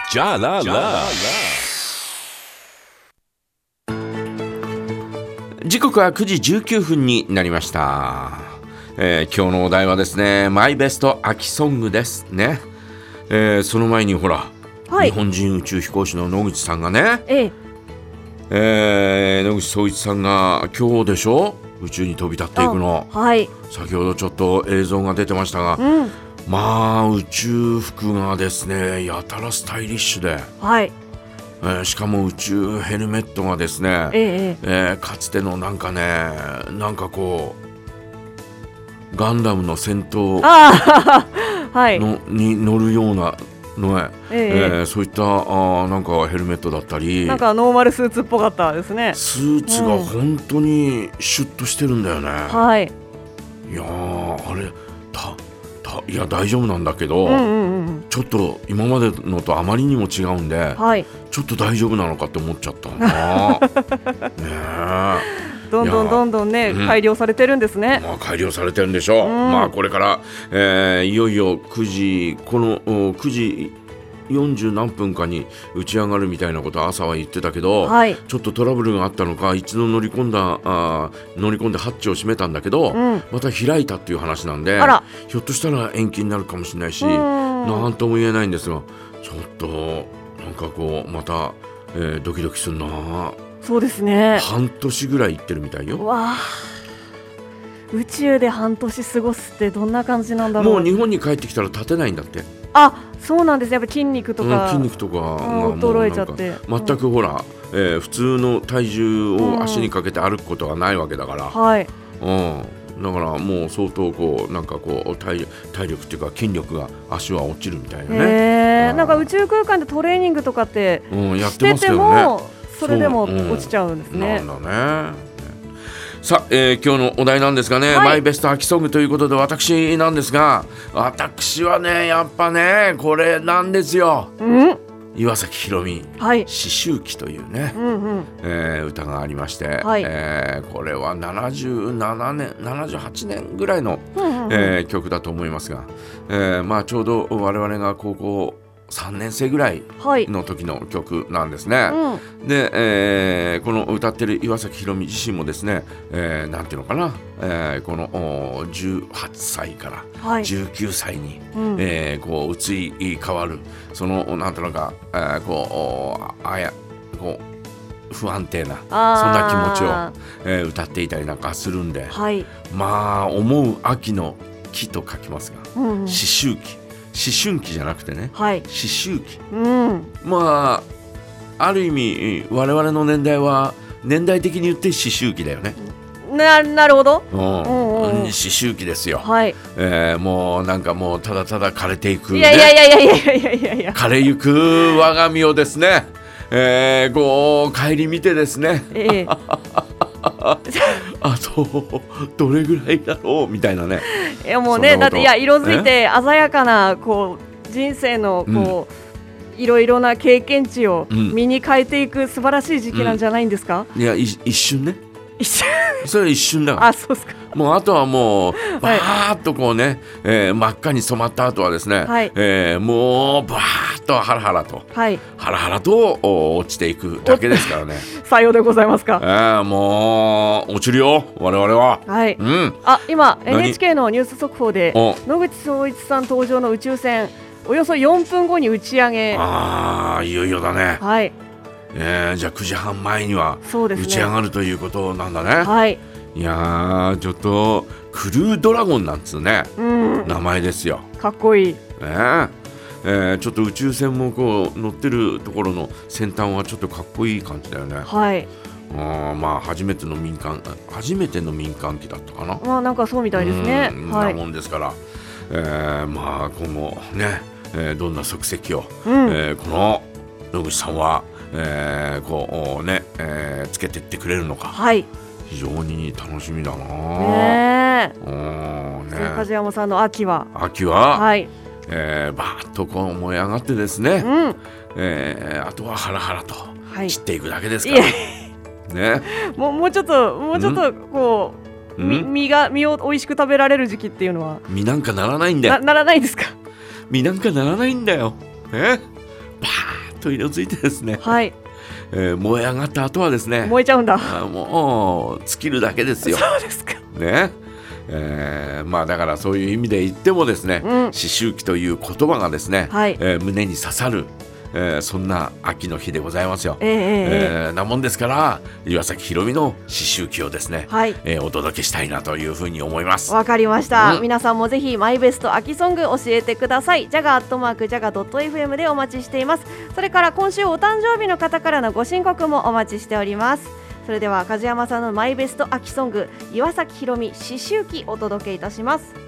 じゃらら。時刻は9時19分になりました。今日のお題はですね、マイベスト秋ソングですね。その前にほら、日本人宇宙飛行士の野口さんがね、野口聡一さんが今日でしょ、宇宙に飛び立っていくの、先ほどちょっと映像が出てましたが、まあ宇宙服がですねやたらスタイリッシュで、しかも宇宙ヘルメットがですね、かつてのなんかこうガンダムの戦闘に乗るようなの、そういったなんかヘルメットだったり、 なんかノーマルスーツっぽかったですね。 スーツが本当にシュッとしてるんだよね。いやあれいや大丈夫なんだけど、ちょっと今までのとあまりにも違うんで、ちょっと大丈夫なのかって思っちゃったなどんどんね、改良されてるんですね。 改良されてるんでしょう。これから、いよいよ9時40何分かに打ち上がるみたいなことは朝は言ってたけど、ちょっとトラブルがあったのか一度乗り込んでハッチを閉めたんだけど、また開いたっていう話なんで、ひょっとしたら延期になるかもしれないし、なんとも言えないんですが、ちょっとなんかこうまた、ドキドキするな。 そうですね。 半年ぐらい行ってるみたいよ。 宇宙で半年過ごすってどんな感じなんだろう。 もう日本に帰ってきたら立てないんだって。 そうなんです。やっぱ筋肉とかが衰えちゃって、 全くほら、普通の体重を足にかけて歩くことはないわけだから、だからもう相当こうなんかこう体力っていうか筋力が足は落ちるみたいなね。 なんか宇宙空間でトレーニングとかってしてても、それでも落ちちゃうんですね。 なんだね。さあ、今日のお題なんですがね、マイベスト秋ソングということで私なんですが、私はねやっぱねこれなんですよ、岩崎宏美、思春期というね、歌がありまして、これは77年78年ぐらいの、曲だと思いますが、ちょうど我々が高校3年生ぐらいの時の曲なんですね。で、この歌ってる岩崎宏美自身もですね、なんていうのかな、この18歳から19歳に、こう移り変わるそのなんていうのか、こう不安定なそんな気持ちを、歌っていたりなんかするんで、思う秋の木と書きますが、思春期、思春期じゃなくてね、思春期、ある意味我々の年代は年代的に言って思春期だよね。 なるほど、 思春期ですよ。もうなんかもうただただ枯れていく、枯れゆく我が身をですね、こう顧みてですね、あとどれぐらいだろうみたいなね。 もうね、だって色づいて鮮やかなこう人生のこう、いろいろな経験値を身に変えていく素晴らしい時期なんじゃないんですか。 いや一瞬ね、それは一瞬だから。 そうですか。 もうあとはもうバーッとこうね、真っ赤に染まった後はですね、もうバーッとハラハラと落ちていくだけですからね。 さようでございますか。 もう落ちるよ我々は。 今 NHK のニュース速報で野口聡一さん登場の宇宙船およそ4分後に打ち上げ。 いよいよだね。じゃあ9時半前には打ち上がるということなんだね。いやー、ちょっとクルードラゴンなんつうね、名前ですよ。 かっこいい。 ちょっと宇宙船もこう乗ってるところの先端はちょっとかっこいい感じだよね。初めての民間機だったかな。 なんかそうみたいですね。 なもんですから、今後ね、どんな足跡を、この野口さんは、こうね、つけてってくれるのか、非常に楽しみだな。 梶山さんの秋は、 バーッとこう燃え上がってですね、あとはハラハラと散っていくだけですからね。もうちょっとこう、身を美味しく食べられる時期っていうのは身なんかならないんだよ。 ならないですか。 身なんかならないんだよ。バーッと色づいてですね、 はい、 燃え上がった後はですね、 燃えちゃうんだ。 もう尽きるだけですよ。 そうですかね。だからそういう意味で言ってもですね、思春期という言葉がですね、 はい、 胸に刺さる、そんな秋の日でございますよ。なもんですから岩崎宏美の思春期をですね、 はい、 お届けしたいなというふうに思います。 わかりました、皆さんもぜひマイベスト秋ソング教えてください。jaga@jaga.fm でお待ちしています。それから今週お誕生日の方からのご申告もお待ちしております。それでは梶山さんのマイベスト秋ソング岩崎宏美思春期お届けいたします。